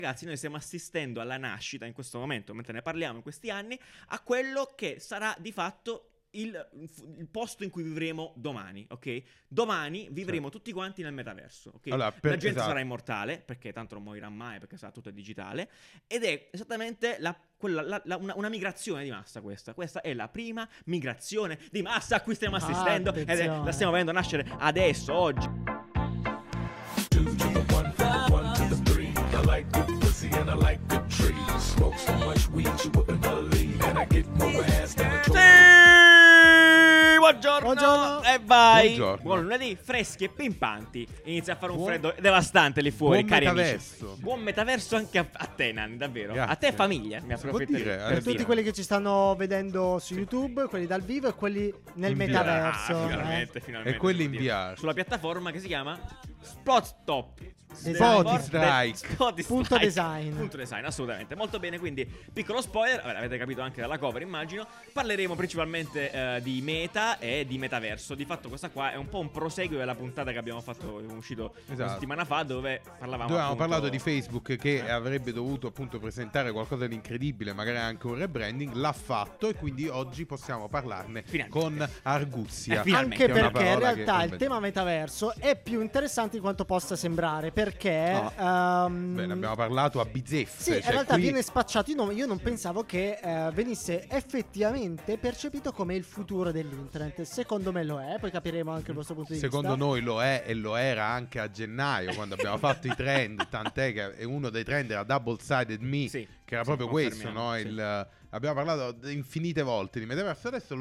Ragazzi, noi stiamo assistendo alla nascita in questo momento, mentre ne parliamo in questi anni, a quello che sarà di fatto il posto in cui vivremo domani, ok? Domani vivremo tutti quanti nel metaverso, ok? Allora, La gente sarà immortale, perché tanto non morirà mai, perché sarà tutto digitale, ed è esattamente una migrazione di massa questa. Questa è la prima migrazione di massa a cui stiamo assistendo, ed la stiamo vedendo nascere adesso, oggi. Buongiorno e vai. Buongiorno. Buon lunedì, freschi e pimpanti. Inizia a fare un freddo devastante lì fuori, buon cari metaverso. amici. Buon metaverso anche a te, Nani, davvero. Grazie. A te famiglia. Mi approfitto dire, tutti quelli che ci stanno vedendo su YouTube, quelli dal vivo e quelli nel In VR. metaverso. Finalmente. E quelli in VR. Sulla piattaforma che si chiama Spotstop. Spotify. Punto design. Punto design, assolutamente. Molto bene, quindi piccolo spoiler, avete capito anche dalla cover, immagino. Parleremo principalmente di meta e di metaverso. Di fatto questa qua è un po' un proseguio della puntata che abbiamo fatto, uscito una settimana fa, dove avevamo parlato di Facebook che avrebbe dovuto appunto presentare qualcosa di incredibile, magari anche un rebranding. L'ha fatto e quindi oggi possiamo parlarne con arguzia. Anche perché in realtà il tema metaverso è più interessante di quanto possa sembrare, perché ne abbiamo parlato a bizzeffe. Sì, in realtà viene spacciato. Io non pensavo che venisse effettivamente percepito come il futuro dell'internet. Secondo me lo è, poi capiremo anche il vostro punto di vista. Secondo noi lo è, e lo era anche a gennaio quando abbiamo fatto i trend, tant'è che uno dei trend era Double Sided Me, che era proprio questo, no? Abbiamo parlato infinite volte di metaverso. Adesso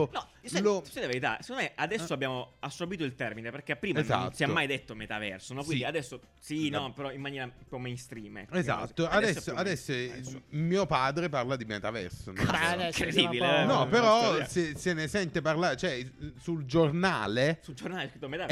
la verità, secondo me adesso abbiamo assorbito il termine, perché prima non si è mai detto metaverso, no? Quindi adesso però in maniera un po' mainstream. Esatto, adesso mio padre parla di metaverso. Incredibile. No, però se ne sente parlare, cioè sul giornale è scritto metaverso.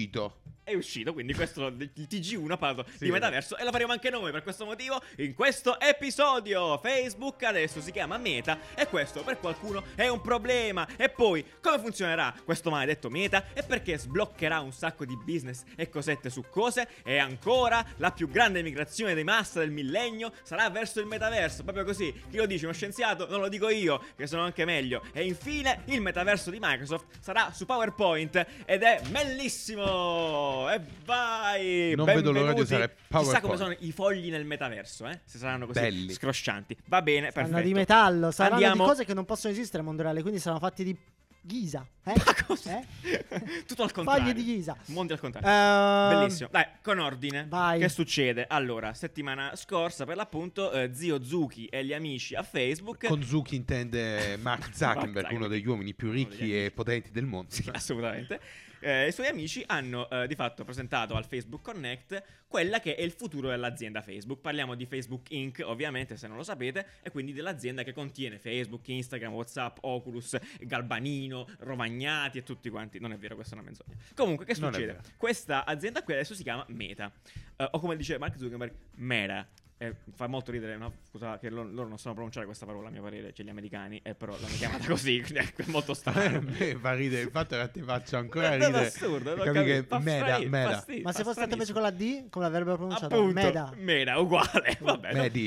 È uscito, quindi questo il TG1 ha parlato di metaverso e lo faremo anche noi per questo motivo in questo episodio. Facebook adesso si chiama Meta e questo per qualcuno è un problema. E poi come funzionerà questo maledetto Meta e perché sbloccherà un sacco di business e cosette su cose. E ancora la più grande migrazione di massa del millennio sarà verso il metaverso, proprio così. Chi lo dice? Uno scienziato? Non lo dico io, che sono anche meglio. E infine il metaverso di Microsoft sarà su PowerPoint ed è bellissimo. E vai! Non vedo l'ora di usare PowerPoint. Chissà come sono i fogli nel metaverso, se saranno così belli, scroscianti. Va bene, perfetto. Saranno di metallo, saranno di cose che non possono esistere nel mondo reale, quindi saranno fatti di ghisa. Ma cosa? Tutto al contrario. Fogli di ghisa. Mondi al contrario. Bellissimo. Dai, con ordine. Vai. Che succede? Allora, settimana scorsa, per l'appunto, zio Zucchi e gli amici a Facebook. Con Zucchi intende Mark Zuckerberg, uno degli uomini più ricchi e potenti del mondo. Sì, assolutamente. I suoi amici hanno di fatto presentato al Facebook Connect quella che è il futuro dell'azienda Facebook. Parliamo di Facebook Inc., ovviamente, se non lo sapete, e quindi dell'azienda che contiene Facebook, Instagram, WhatsApp, Oculus, Galbanino, Rovagnati e tutti quanti. Non è vero, questa è una menzogna. Comunque, che succede? Questa azienda qui adesso si chiama Meta, o come dice Mark Zuckerberg, Meta. Fa molto ridere, no? Scusa, che loro non sanno pronunciare questa parola, a mio parere, cioè gli americani, però l'hanno chiamata così, è molto strano. Fa ridere, il fatto che ti faccia ancora ridere. È assurdo, non che meda. Ma se fosse stato invece con la D, come l'avrebbero pronunciato? Appunto, meda, uguale. Vabbè, Medi.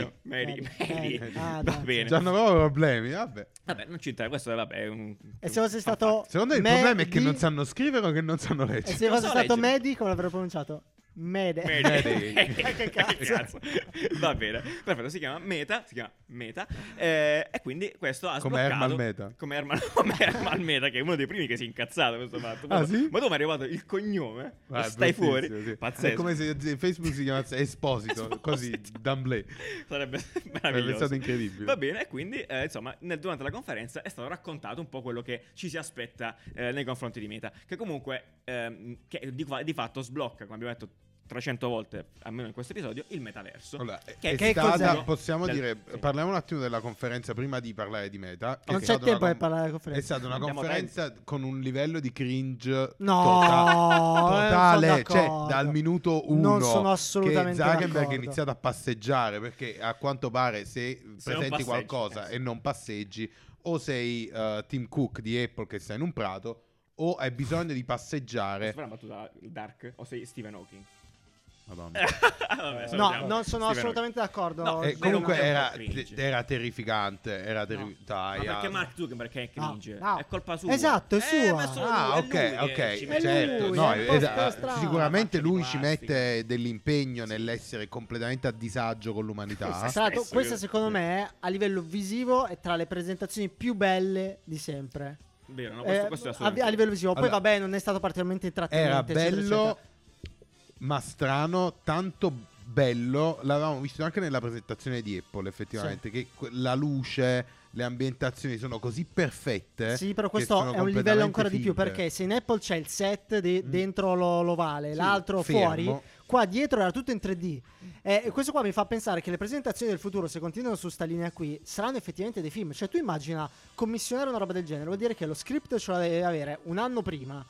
Va bene. C'hanno proprio problemi, vabbè, non ci interessa, questo è un... E se fosse stato secondo me il problema è che non sanno scrivere o che non sanno leggere. E se fosse stato Medi, come l'avrebbero pronunciato? Mede. Che cazzo. Va bene, perfetto, si chiama Meta. E quindi questo ha come sbloccato Herman Meta. Come Herman Meta, che è uno dei primi che si è incazzato questo fatto. Sì? Ma dove è arrivato il cognome? Stai fuori? Sì. Pazzesco. È come se Facebook si chiamasse Esposito. Così, d'amblè. Sarebbe meraviglioso. È stato incredibile. Va bene, e quindi insomma durante la conferenza è stato raccontato un po' quello che ci si aspetta nei confronti di Meta, che comunque che di fatto sblocca, come abbiamo detto 300 volte, almeno in questo episodio, il metaverso. Allora, che è stata, cos'è? possiamo dire, parliamo un attimo della conferenza prima di parlare di Meta. Non c'è tempo per parlare della conferenza. È stata una conferenza con un livello di cringe totale, cioè dal minuto 1 non sono assolutamente che Zuckerberg d'accordo. è iniziato a passeggiare, perché a quanto pare se presenti qualcosa e non passeggi, o sei Tim Cook di Apple che sta in un prato, o hai bisogno di passeggiare. Posso fare una battuta dark? O sei Stephen Hawking? Madonna. Vabbè, no, non sono assolutamente d'accordo. No, comunque era terrificante. Dai, ma perché Mark Zuckerberg è cringe? No. È colpa sua. Esatto, è sua. Ok. Certo. Sicuramente lui ci mette dell'impegno nell'essere completamente a disagio con l'umanità. Esatto, questa secondo me a livello visivo è tra le presentazioni più belle di sempre. Vero, no? Questo è a livello visivo. Poi vabbè, non è stato particolarmente intrattenente. Era bello, eccetera. ma strano, tanto bello. L'avevamo visto anche nella presentazione di Apple, effettivamente, che la luce, le ambientazioni sono così perfette. Sì, però questo è un livello ancora di più, perché se in Apple c'è il set dentro l'ovale, l'altro fuori, qua dietro era tutto in 3D. E questo qua mi fa pensare che le presentazioni del futuro, se continuano su sta linea qui, saranno effettivamente dei film. Cioè tu immagina commissionare una roba del genere, vuol dire che lo script ce lo devi avere un anno prima,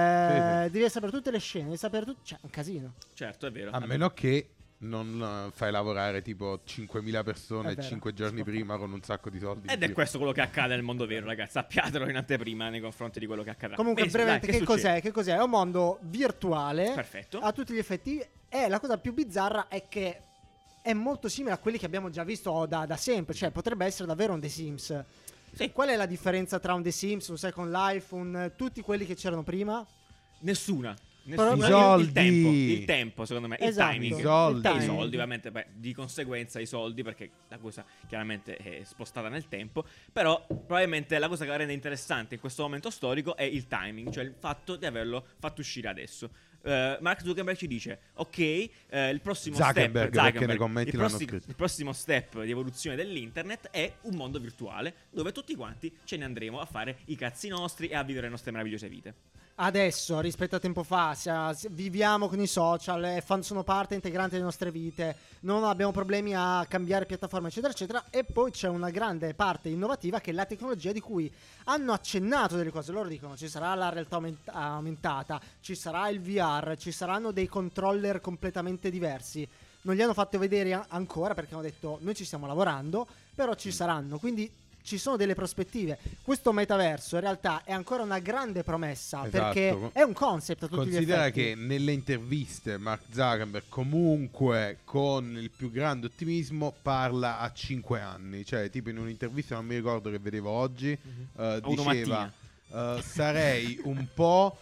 devi sapere tutte le scene, devi sapere tutto, cioè un casino. Certo, è vero. A meno che non fai lavorare tipo 5.000 persone 5 giorni prima con un sacco di soldi. Ed è questo quello che accade nel mondo vero, ragazzi. Sappiatelo in anteprima nei confronti di quello che accadrà. Comunque, brevemente, che cos'è? È un mondo virtuale. Perfetto. A tutti gli effetti. E la cosa più bizzarra è che è molto simile a quelli che abbiamo già visto da sempre. Cioè, potrebbe essere davvero un The Sims. Sì. Qual è la differenza tra un The Sims, un Second Life, tutti quelli che c'erano prima? Nessuna. I soldi. Il tempo, secondo me, esatto. il timing. I soldi, ovviamente, di conseguenza i soldi, perché la cosa chiaramente è spostata nel tempo. Però probabilmente la cosa che la rende interessante in questo momento storico è il timing, cioè il fatto di averlo fatto uscire adesso. Mark Zuckerberg ci dice: ok, il prossimo Zuckerberg, step, perché nei commenti l'hanno scritto. Il prossimo step di evoluzione dell'internet è un mondo virtuale dove tutti quanti ce ne andremo a fare i cazzi nostri e a vivere le nostre meravigliose vite. Adesso, rispetto a tempo fa, viviamo con i social, sono parte integrante delle nostre vite, non abbiamo problemi a cambiare piattaforma, eccetera, eccetera. E poi c'è una grande parte innovativa che è la tecnologia, di cui hanno accennato delle cose. Loro dicono: ci sarà la realtà aumentata, ci sarà il VR, ci saranno dei controller completamente diversi. Non li hanno fatto vedere ancora, perché hanno detto: noi ci stiamo lavorando, però ci saranno. Quindi ci sono delle prospettive. Questo metaverso in realtà è ancora una grande promessa, perché è un concept a tutti gli effetti. Considera che nelle interviste Mark Zuckerberg comunque con il più grande ottimismo parla a 5 anni. Cioè tipo in un'intervista, non mi ricordo, che vedevo oggi, diceva sarei un po'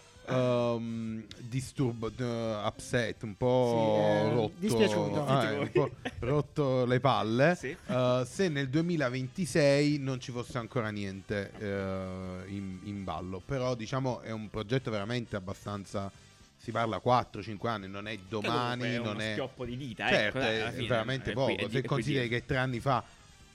upset, un po' rotto, dispiaciuto, un po' rotto le palle, sì. Se nel 2026 non ci fosse ancora niente in ballo. Però diciamo è un progetto veramente abbastanza, si parla 4-5 anni, non è domani, non è uno schioppo di dita, certo, è veramente poco. Se consideri che 3 anni fa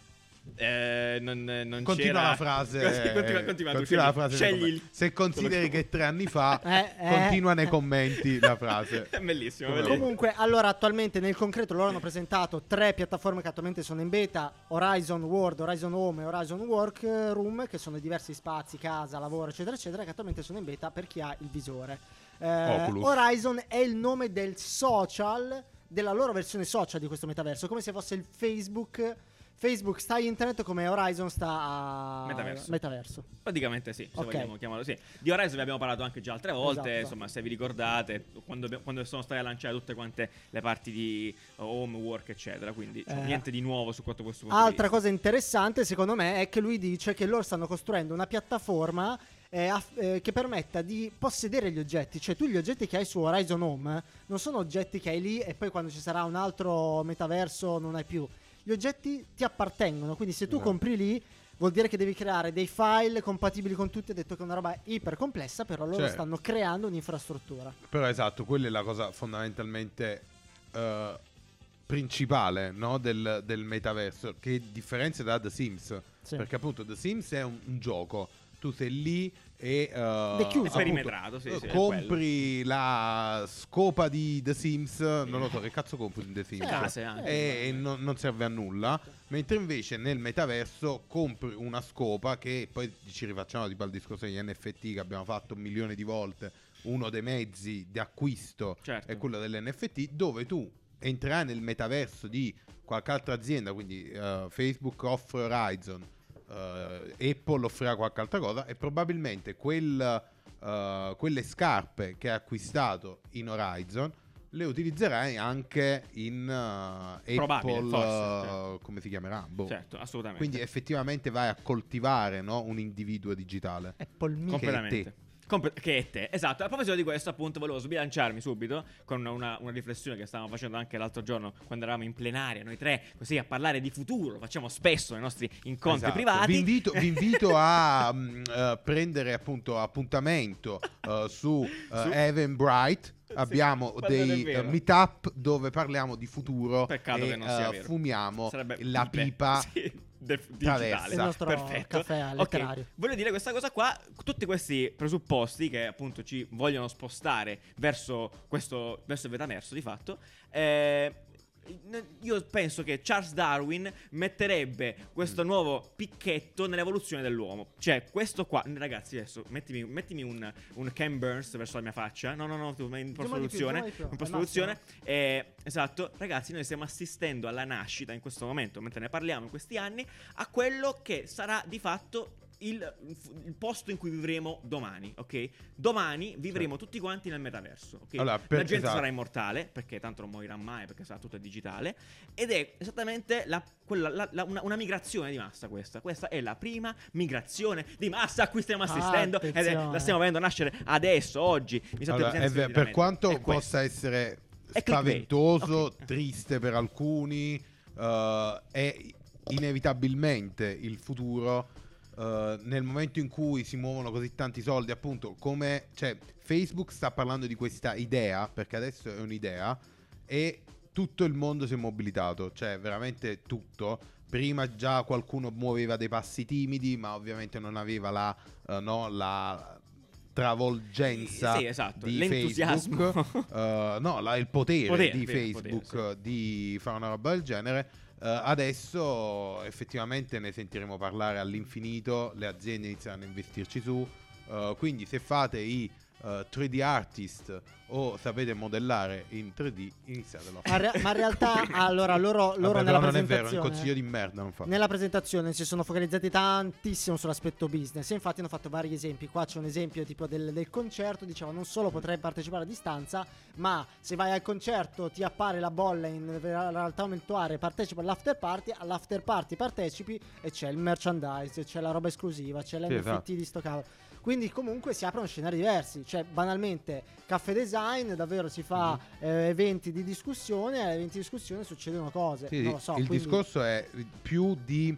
non continua c'era la frase. Continua la frase. Scegli se consideri che 3 anni fa continua nei commenti la frase. È bellissimo. Comunque, allora, attualmente nel concreto loro hanno presentato 3 piattaforme che attualmente sono in beta: Horizon World, Horizon Home e Horizon Workroom, che sono diversi spazi, casa, lavoro, eccetera, eccetera, che attualmente sono in beta per chi ha il visore. Horizon è il nome del social, della loro versione social di questo metaverso, come se fosse il Facebook sta a internet, come Horizon sta a metaverso. Praticamente sì, se vogliamo chiamarlo sì. Di Horizon vi abbiamo parlato anche già altre volte, esatto. Insomma, se vi ricordate, quando sono state lanciate tutte quante le parti di home, work, eccetera. Quindi niente di nuovo su questo punto. Altra cosa interessante, secondo me, è che lui dice che loro stanno costruendo una piattaforma che permetta di possedere gli oggetti. Cioè tu gli oggetti che hai su Horizon Home non sono oggetti che hai lì e poi quando ci sarà un altro metaverso non hai più. Gli oggetti ti appartengono, quindi se tu compri lì vuol dire che devi creare dei file compatibili con tutti. Ha detto che è una roba iper complessa, però loro stanno creando un'infrastruttura. Però esatto, quella è la cosa fondamentalmente principale, no? del metaverso, che differenzia da The Sims, perché appunto The Sims è un gioco. Tu sei lì e perimetrato, compri la scopa di The Sims, non lo so che cazzo compri in The Sims, e non serve a nulla. Mentre invece nel metaverso compri una scopa, che poi ci rifacciamo tipo al discorso degli NFT che abbiamo fatto 1 milione di volte. Uno dei mezzi di acquisto è quello dell'NFT, dove tu entrerai nel metaverso di qualche altra azienda, quindi Facebook offre Horizon, Apple offrirà qualche altra cosa, e probabilmente quelle scarpe che hai acquistato in Horizon le utilizzerai anche in Apple, forse, come si chiamerà? Certo, assolutamente. Quindi effettivamente vai a coltivare, no, un individuo digitale. Apple Me. Completamente. Che è te, esatto. A proposito di questo, appunto, volevo sbilanciarmi subito con una riflessione che stavamo facendo anche l'altro giorno quando eravamo in plenaria, noi tre, così a parlare di futuro. Lo facciamo spesso nei nostri incontri privati. Vi invito a prendere appunto appuntamento su Eventbrite. Abbiamo dei meetup dove parliamo di futuro. Peccato che non sia vero. Fumiamo la pipa. Sì. Digitale. Il nostro perfetto. caffè letterario. Okay. Voglio dire questa cosa qua, tutti questi presupposti che appunto ci vogliono spostare verso il metaverso di fatto, io penso che Charles Darwin metterebbe questo nuovo picchetto nell'evoluzione dell'uomo. Cioè, questo qua, ragazzi, adesso mettimi un Ken Burns verso la mia faccia. No, in post-produzione. Esatto, ragazzi, noi stiamo assistendo alla nascita in questo momento, mentre ne parliamo in questi anni, a quello che sarà di fatto il posto in cui vivremo domani, ok? Domani vivremo tutti quanti nel metaverso, ok? Allora, la gente sarà immortale, perché tanto non morirà mai, perché sarà tutto digitale. Ed è esattamente una migrazione di massa questa. Questa è la prima migrazione di massa a cui stiamo assistendo. Ed la stiamo vedendo nascere adesso, oggi. Per quanto possa essere spaventoso, triste per alcuni, è inevitabilmente il futuro. Nel momento in cui si muovono così tanti soldi, appunto, come Facebook sta parlando di questa idea, perché adesso è un'idea, e tutto il mondo si è mobilitato, cioè veramente tutto. Prima già qualcuno muoveva dei passi timidi, ma ovviamente non aveva la travolgenza di l'entusiasmo. Facebook, il potere di Facebook di fare una roba del genere. Adesso effettivamente ne sentiremo parlare all'infinito, le aziende inizieranno a investirci su, quindi se fate i 3D artist o sapete modellare in 3D, iniziatelo. Ma in realtà allora loro nella presentazione, non è vero, è un consiglio di merda, non fa. Nella presentazione si sono focalizzati tantissimo sull'aspetto business, e infatti hanno fatto vari esempi. Qua c'è un esempio tipo del concerto, diceva non solo potrai partecipare a distanza, ma se vai al concerto ti appare la bolla in realtà virtuale, partecipa all'after party partecipi e c'è il merchandise, c'è la roba esclusiva, c'è l'NFT di sto cavolo. Quindi comunque si aprono scenari diversi, cioè banalmente caffè design, davvero si fa eventi di discussione, e agli eventi di discussione succedono cose, non lo so. Il discorso è più di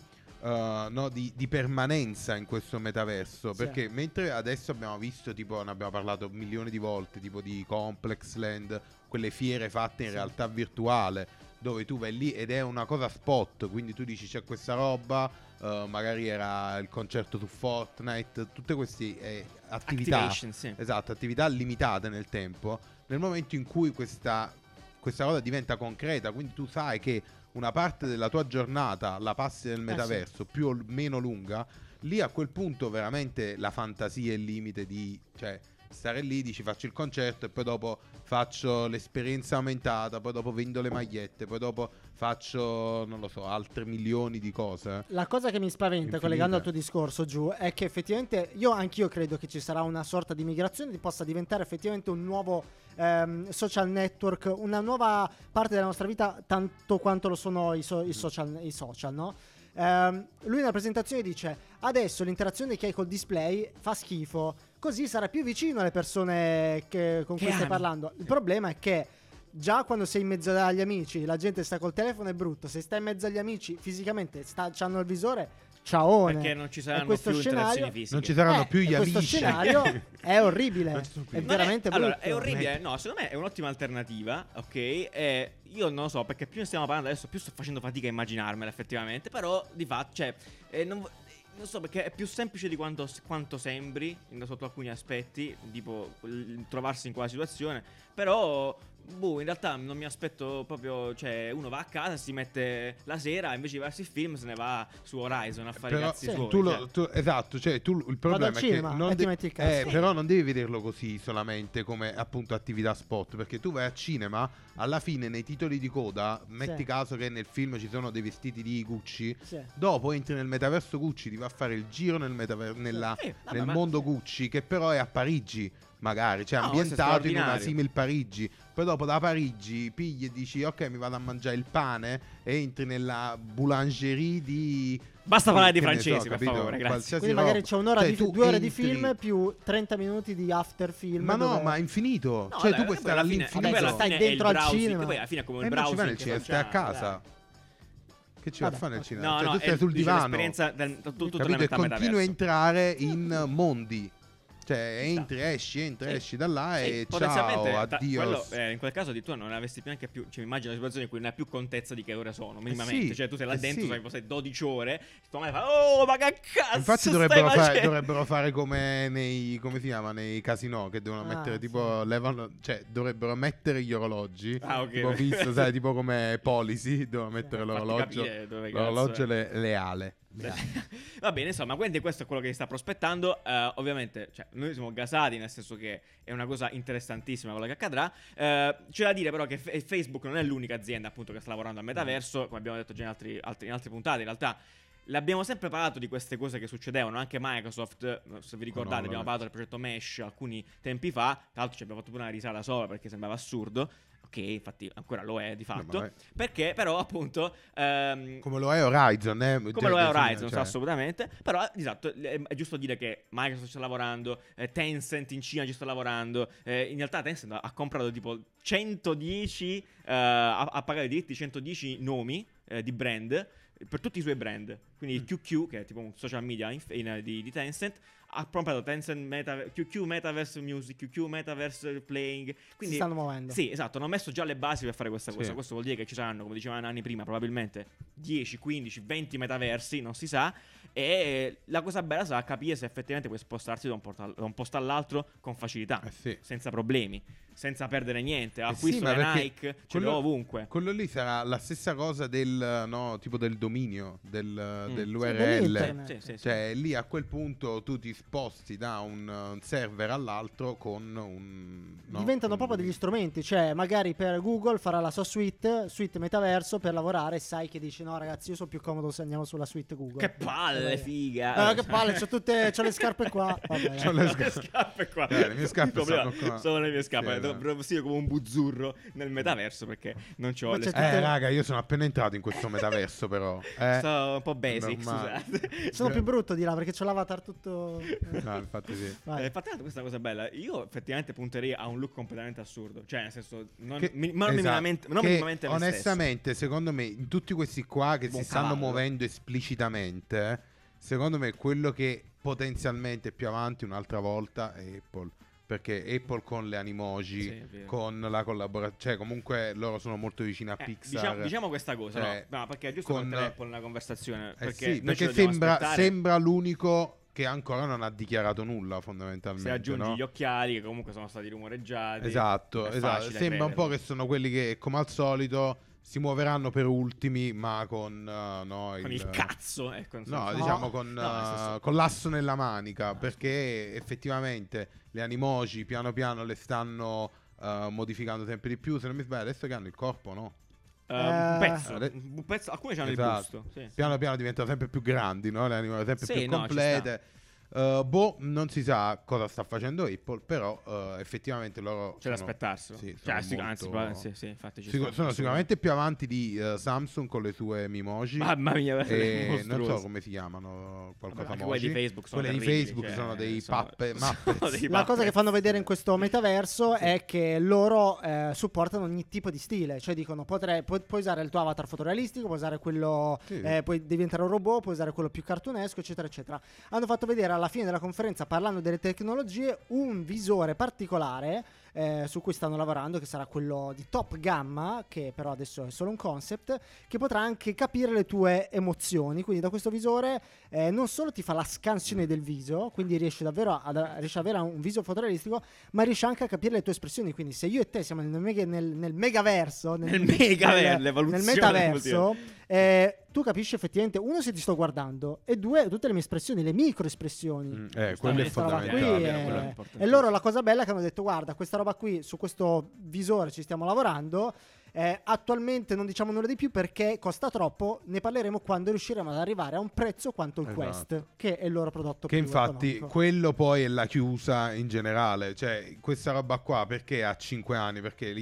permanenza in questo metaverso, perché mentre adesso abbiamo visto, tipo, ne abbiamo parlato milioni di volte, tipo di Complex Land, quelle fiere fatte in realtà virtuale, dove tu vai lì ed è una cosa spot, quindi tu dici c'è questa roba, magari era il concerto su Fortnite, tutte queste attività, esatto, attività limitate nel tempo. Nel momento in cui questa cosa diventa concreta, quindi tu sai che una parte della tua giornata la passi nel metaverso, più o meno lunga, lì a quel punto veramente la fantasia è il limite di, cioè, stare lì, dici faccio il concerto e poi dopo faccio l'esperienza aumentata, poi dopo vendo le magliette, poi dopo faccio, non lo so, altre milioni di cose. La cosa che mi spaventa, collegando al tuo discorso, Giù, è che effettivamente anch'io credo che ci sarà una sorta di migrazione, possa diventare effettivamente un nuovo social network, una nuova parte della nostra vita, tanto quanto lo sono i social, no? Lui nella presentazione dice: adesso l'interazione che hai col display fa schifo, così sarai più vicino alle persone con cui stai parlando. Il problema è che già quando sei in mezzo agli amici la gente sta col telefono, è brutto. Se stai in mezzo agli amici fisicamente, c'hanno il visore, ciaone, perché non ci saranno più interazioni fisiche, non ci saranno più gli amici. Questo scenario è orribile, è veramente brutto. Allora, è orribile, no, secondo me è un'ottima alternativa, ok? Io non lo so, perché più ne stiamo parlando adesso, più sto facendo fatica a immaginarmela effettivamente. Però di fatto, cioè, non so, perché è più semplice di quanto sembri sotto alcuni aspetti, tipo trovarsi in quella situazione. Però in realtà non mi aspetto proprio, cioè uno va a casa, si mette la sera, invece di versi il film se ne va su Horizon a fare i cazzi suoi. Esatto, cioè tu il problema è che non però non devi vederlo così solamente come appunto attività spot, perché tu vai a cinema, alla fine nei titoli di coda metti caso che nel film ci sono dei vestiti di Gucci, dopo entri nel metaverso Gucci, ti va a fare il giro nel mondo Gucci, che però è a Parigi. magari, cioè ambientato in una simil Parigi. Poi dopo da Parigi pigli e dici ok, mi vado a mangiare il pane e entri nella boulangerie di... Basta parlare di francese, per favore, grazie. Quindi magari c'è un'ora di 2 ore di film più 30 minuti di after film. Ma no, ma è infinito. No, cioè tu puoi stare all'infinito. Stai dentro al cinema. Poi alla fine è come il browser. Stai a casa. Che ci va a fare nel cinema? No, tu stai sul divano. L'esperienza tutto e continui a entrare in mondi. Cioè esci da là e ciao, addio. In quel caso di tu non avessi neanche più, cioè immagino una situazione in cui non hai più contezza di che ore sono, minimamente. Cioè tu sei là dentro, sai 12 ore, tua madre fa "Oh, ma che cazzo!" Infatti dovrebbero fare come nei, come si chiama, nei casinò, che devono mettere tipo cioè dovrebbero mettere gli orologi. Tipo visto, sai, tipo come policy, devono mettere l'orologio leale. Va bene, insomma, quindi questo è quello che si sta prospettando. Ovviamente, cioè, noi siamo gasati, nel senso che è una cosa interessantissima quello che accadrà. C'è da dire però che Facebook non è l'unica azienda appunto che sta lavorando al metaverso, come abbiamo detto già in altre puntate. In realtà l'abbiamo sempre parlato di queste cose che succedevano. Anche Microsoft, se vi ricordate, abbiamo parlato del progetto Mesh alcuni tempi fa. Tra l'altro ci abbiamo fatto pure una risata sopra perché sembrava assurdo. Ok, infatti ancora lo è di fatto. Perché però appunto come lo è Horizon, come lo è Horizon, cioè. Assolutamente. Però esatto, è giusto dire che Microsoft sta lavorando, Tencent in Cina ci sta lavorando. In realtà Tencent ha comprato tipo 110 ha pagato i diritti 110 nomi di brand per tutti i suoi brand. Quindi QQ, che è tipo un social media di Tencent, ha comprato Tencent QQ Metaverse Music, QQ Metaverse Playing. Quindi si stanno muovendo. Sì, esatto, hanno messo già le basi per fare questa cosa. Questo vuol dire che ci saranno, come dicevano anni prima, probabilmente 10, 15, 20 metaversi, non si sa. E la cosa bella sarà capire se effettivamente puoi spostarsi da un posto all'altro con facilità, senza problemi, senza perdere niente. Acquisto da Nike, ce l'ho ovunque. Quello lì sarà la stessa cosa del tipo del dominio dell'URL. Cioè lì a quel punto tu ti sposti da un server all'altro con diventano proprio degli strumenti. Cioè magari per Google farà la sua suite metaverso per lavorare, sai che dici no ragazzi, io sono più comodo se andiamo sulla suite Google. Che palle, figa. Che palle, c'ho le scarpe qua. C'ho le scarpe qua. Le mie scarpe sono le mie scarpe. Dovrò vestire come un buzzurro nel metaverso perché non c'ho le scarpe. Raga, io sono appena entrato in questo metaverso però. Sto un po' basic, scusate. Sono più brutto di là perché c'ho l'avatar tutto. No, infatti sì. Infatti questa è una cosa bella. Io effettivamente punterei a un look completamente assurdo. Cioè nel senso minimamente onestamente secondo me in tutti questi qua che si stanno muovendo esplicitamente, secondo me quello che potenzialmente più avanti un'altra volta è Apple. Perché Apple con le Animoji, con la collaborazione, cioè comunque loro sono molto vicini a Pixar. Diciamo questa cosa, no, perché è giusto mettere Apple nella conversazione. Perché sembra l'unico che ancora non ha dichiarato nulla fondamentalmente. Se aggiungi gli occhiali che comunque sono stati rumoreggiati. Esatto. Sembra un po' che sono quelli che come al solito si muoveranno per ultimi, ma con il cazzo, diciamo con l'asso nella manica, perché effettivamente le Animoji piano piano le stanno modificando sempre di più. Se non mi sbaglio adesso che hanno il corpo, no? Un pezzo, alcune hanno il busto. Piano piano diventano sempre più grandi, no? Le Animoji sempre più complete. Non si sa cosa sta facendo Apple, però effettivamente loro c'è da aspettarselo. Infatti sono sicuramente più avanti di Samsung con le sue Mimoji. Mamma mia, non so come si chiamano, qualcosa quelle di Facebook sono quelle terribili, di Facebook sono dei mappe. La cosa che fanno vedere in questo metaverso è che loro supportano ogni tipo di stile, cioè dicono puoi usare il tuo avatar fotorealistico, puoi usare quello puoi diventare un robot, puoi usare quello più cartunesco, eccetera eccetera. Hanno fatto vedere alla fine della conferenza, parlando delle tecnologie, un visore particolare su cui stanno lavorando, che sarà quello di top gamma, che però adesso è solo un concept, che potrà anche capire le tue emozioni. Quindi da questo visore non solo ti fa la scansione del viso, quindi riesci davvero ad avere un viso fotorealistico, ma riesci anche a capire le tue espressioni. Quindi se io e te siamo nel megaverso, nel metaverso, tu capisci effettivamente, uno, se ti sto guardando, e due, tutte le mie espressioni, le micro espressioni. Quello è fondamentale. E loro, la cosa bella è che hanno detto guarda, questa roba qui, su questo visore ci stiamo lavorando, Attualmente non diciamo nulla di più perché costa troppo, ne parleremo quando riusciremo ad arrivare a un prezzo quanto il Quest, che è il loro prodotto che più infatti economico. quello poi è la chiusa in generale, cioè questa roba qua perché ha 5 anni, perché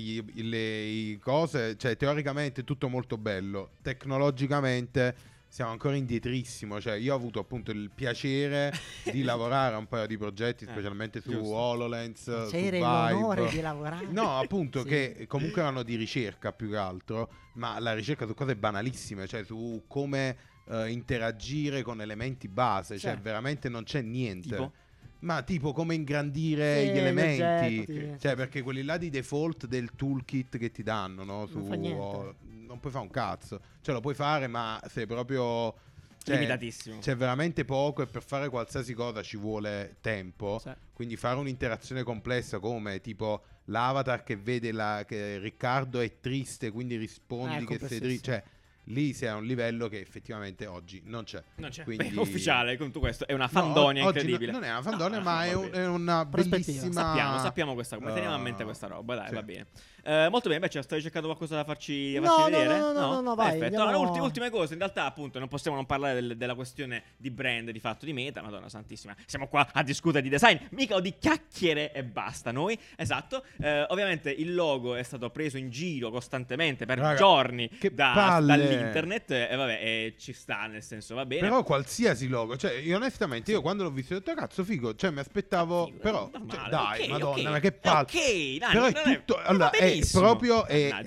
le cose, cioè teoricamente è tutto molto bello, tecnologicamente siamo ancora indietrissimo, cioè io ho avuto appunto il piacere di lavorare a un paio di progetti, specialmente su HoloLens, su Vive. L'onore di lavorare. No, appunto, che comunque erano di ricerca più che altro, ma la ricerca su cose banalissime, cioè su come interagire con elementi base, cioè veramente non c'è niente. Tipo? Ma tipo come ingrandire gli elementi, oggetti, cioè perché quelli là di default del toolkit che ti danno, no? Non fa niente. Non puoi fare un cazzo, cioè lo puoi fare ma sei proprio, cioè, limitatissimo. c'è veramente poco e per fare qualsiasi cosa ci vuole tempo, quindi fare un'interazione complessa come tipo l'avatar che vede che Riccardo è triste quindi rispondi che sei triste, cioè lì sei a un livello che effettivamente oggi non c'è. Quindi... Beh, ufficiale, con tutto questo è una fandonia incredibile. Non è una fandonia, ma è una bellissima. Sappiamo questa cosa. Teniamo a mente questa roba, dai, va bene. Molto bene, beh, stai cercando qualcosa da farci vedere? No, vai. Perfetto. Allora, ultime cose. In realtà, appunto, non possiamo non parlare della questione di brand, di fatto di Meta. Madonna santissima. Siamo qua a discutere di design, mica o di chiacchiere e basta. Noi, esatto. Ovviamente il logo è stato preso in giro costantemente per giorni dall'internet. E vabbè, ci sta, nel senso, va bene. Però qualsiasi logo, cioè, io onestamente, io quando l'ho visto ho detto, cazzo, figo. Cioè, mi aspettavo. Figo, però, cioè, dai, madonna, okay. Ma che palle. Dai, però è tutto. Allora, è proprio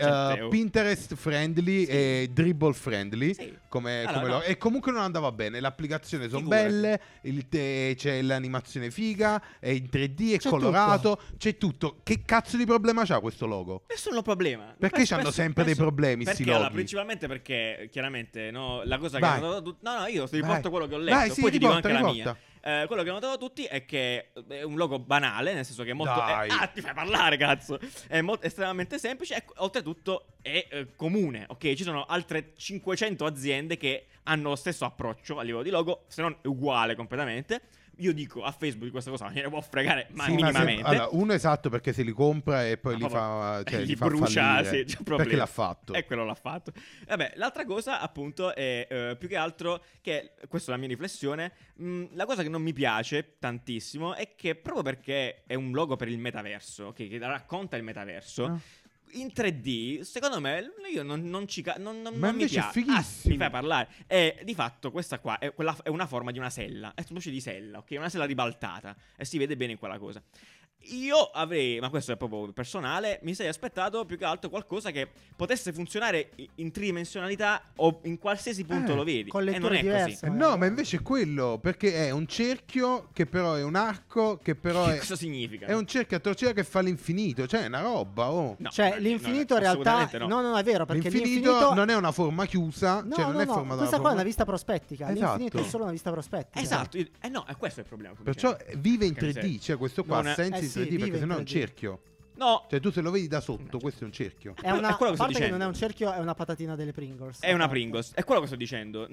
Pinterest friendly e dribble friendly. Sì. Come logo. E comunque non andava bene. L'applicazione sono belle. C'è l'animazione figa. È in 3D, è colorato. C'è tutto. Che cazzo di problema c'ha questo logo? Nessun problema. Perché c'hanno sempre dei problemi sti loghi? Allora, principalmente perché chiaramente la cosa che hanno notato tutti. No, io ti riporto quello che ho letto. Vai, sì, poi ti dico anche riporta. la mia. Quello che hanno notato tutti è che è un logo banale, nel senso che è molto. Ti fai parlare, cazzo! È estremamente semplice e oltretutto è comune. Ok, ci sono altre 500 aziende che hanno lo stesso approccio a livello di logo, se non uguale completamente. Io dico a Facebook di questa cosa non gliene può fregare minimamente. Allora, uno esatto perché se li compra e poi li fa, cioè, li fa brucia, sì, perché l'ha fatto. E quello l'ha fatto. Vabbè, l'altra cosa appunto è più che altro che, questa è la mia riflessione, la cosa che non mi piace tantissimo è che proprio perché è un logo per il metaverso, okay, che racconta il metaverso, in 3D, secondo me, io non mi piace. È fighissimo. Mi fai parlare. E di fatto questa qua è una forma di una sella. È una specie di sella, ok? Una sella ribaltata. E si vede bene in quella cosa. Io avrei, ma questo è proprio personale, mi sarei aspettato più che altro qualcosa che potesse funzionare in tridimensionalità o in qualsiasi punto lo vedi. Con e non è diverse, così. No, ma invece è quello, perché è un cerchio che però è un arco, che però che cosa significa? È un cerchio a torcere che fa l'infinito, cioè è una roba, No, cioè l'infinito in realtà no, è vero, perché l'infinito non è una forma chiusa, cioè non è forma questa qua forma... è una vista prospettica, l'infinito è solo una vista prospettica. Esatto, no, è questo il problema. Perciò vive in 3D, cioè questo qua ha sensi in 3D, perché sennò è un cerchio. No, cioè tu se lo vedi da sotto, questo è un cerchio. È una parte che non è un cerchio, è una patatina delle Pringles. È una Pringles, è quello che sto dicendo.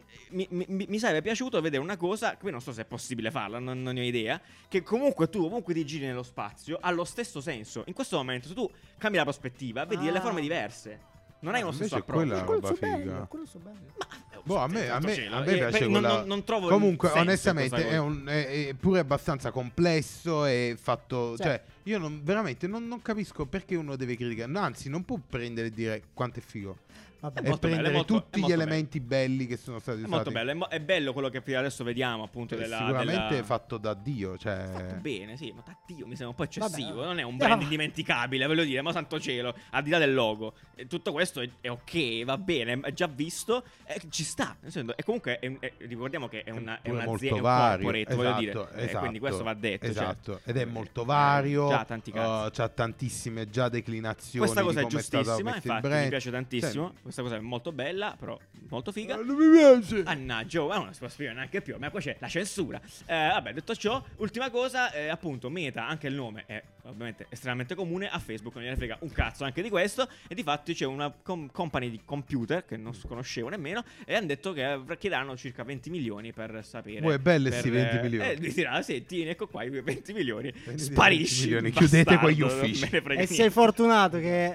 Mi sarebbe piaciuto vedere una cosa, qui non so se è possibile farla, non ne ho idea, che comunque tu ovunque ti giri nello spazio ha lo stesso senso. In questo momento se tu cambi la prospettiva, vedi delle forme diverse. Non hai lo stesso approccio. Quella è una roba figa. Quello so bello. A me piace quella. Non trovo. Comunque, onestamente, è pure abbastanza complesso e fatto. Cioè, io veramente non capisco perché uno deve criticare. No, anzi, non può prendere e dire quanto è figo. E prendere tutti gli elementi belli che sono stati usati. Molto bello. È bello quello che adesso vediamo, appunto. Sicuramente fatto da Dio. Cioè... Fatto bene, sì, ma da Dio mi sembra un po' eccessivo. Non è un brand indimenticabile, voglio dire, ma santo cielo, al di là del logo. Tutto questo è ok, va bene, è già visto, ci sta. E comunque ricordiamo che è un'azienda, un corporate, voglio dire. Quindi questo va detto. Esatto, ed è molto vario. Già tanti cazzi. C'ha tantissime già declinazioni. Questa cosa di è come giustissima, infatti mi piace tantissimo. Questa cosa è molto bella, però molto figa. Non mi piace. Mannaggia, ma non si può spiegare neanche più. Ma qua c'è la censura. Vabbè, detto ciò, ultima cosa, appunto, Meta, anche il nome è ovviamente estremamente comune. A Facebook non gliene frega un cazzo anche di questo. E di fatto c'è una company di computer che non conoscevo nemmeno. E hanno detto che chiederanno circa 20 milioni per sapere. È belle sti 20 milioni. Lui dirà, senti, ecco qua i 20 milioni. Sparisci. 20 milioni. Chiudete quegli uffici. E sei fortunato che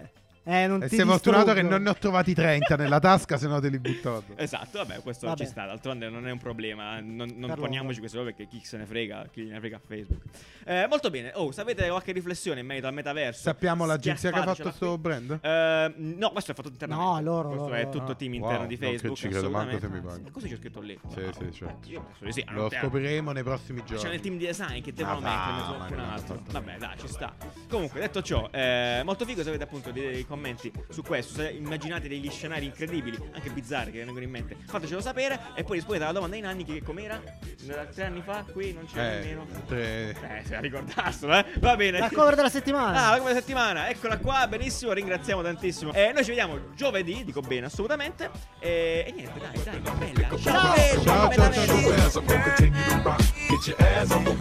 Non e ti sei fortunato distruggo. che non ne ho trovati 30 nella tasca, se no te li buttavo. Esatto, vabbè, questo ci sta. D'altronde non è un problema. Non poniamoci questo perché chi se ne frega, chi ne frega a Facebook. Molto bene. Oh, sapete qualche riflessione in merito al metaverso? Sappiamo l'agenzia che ha fatto questo brand? No, questo è fatto internamente. No, loro. Questo è tutto team interno di Facebook. Non ci credo manco se mi pagano. Così c'è scritto lì. Sì, cioè. Io penso di sì. Lo scopriremo nei prossimi giorni. C'è nel team di design che devono mettere qualcun altro. Vabbè, dai, ci sta. Comunque, detto ciò, molto figo se avete appunto dei commenti su questo. Se immaginate degli scenari incredibili, anche bizzarri che vengono in mente, fatecelo sapere. E poi rispondete alla domanda ai Nanni che com'era? 3 anni fa qui non c'era nemmeno. Se la ricordassero, Va bene. La cover della settimana. La cover della settimana, eccola qua, benissimo, ringraziamo tantissimo. Noi ci vediamo giovedì, dico bene, assolutamente. E niente, dai, bella. Ciao. Ciao.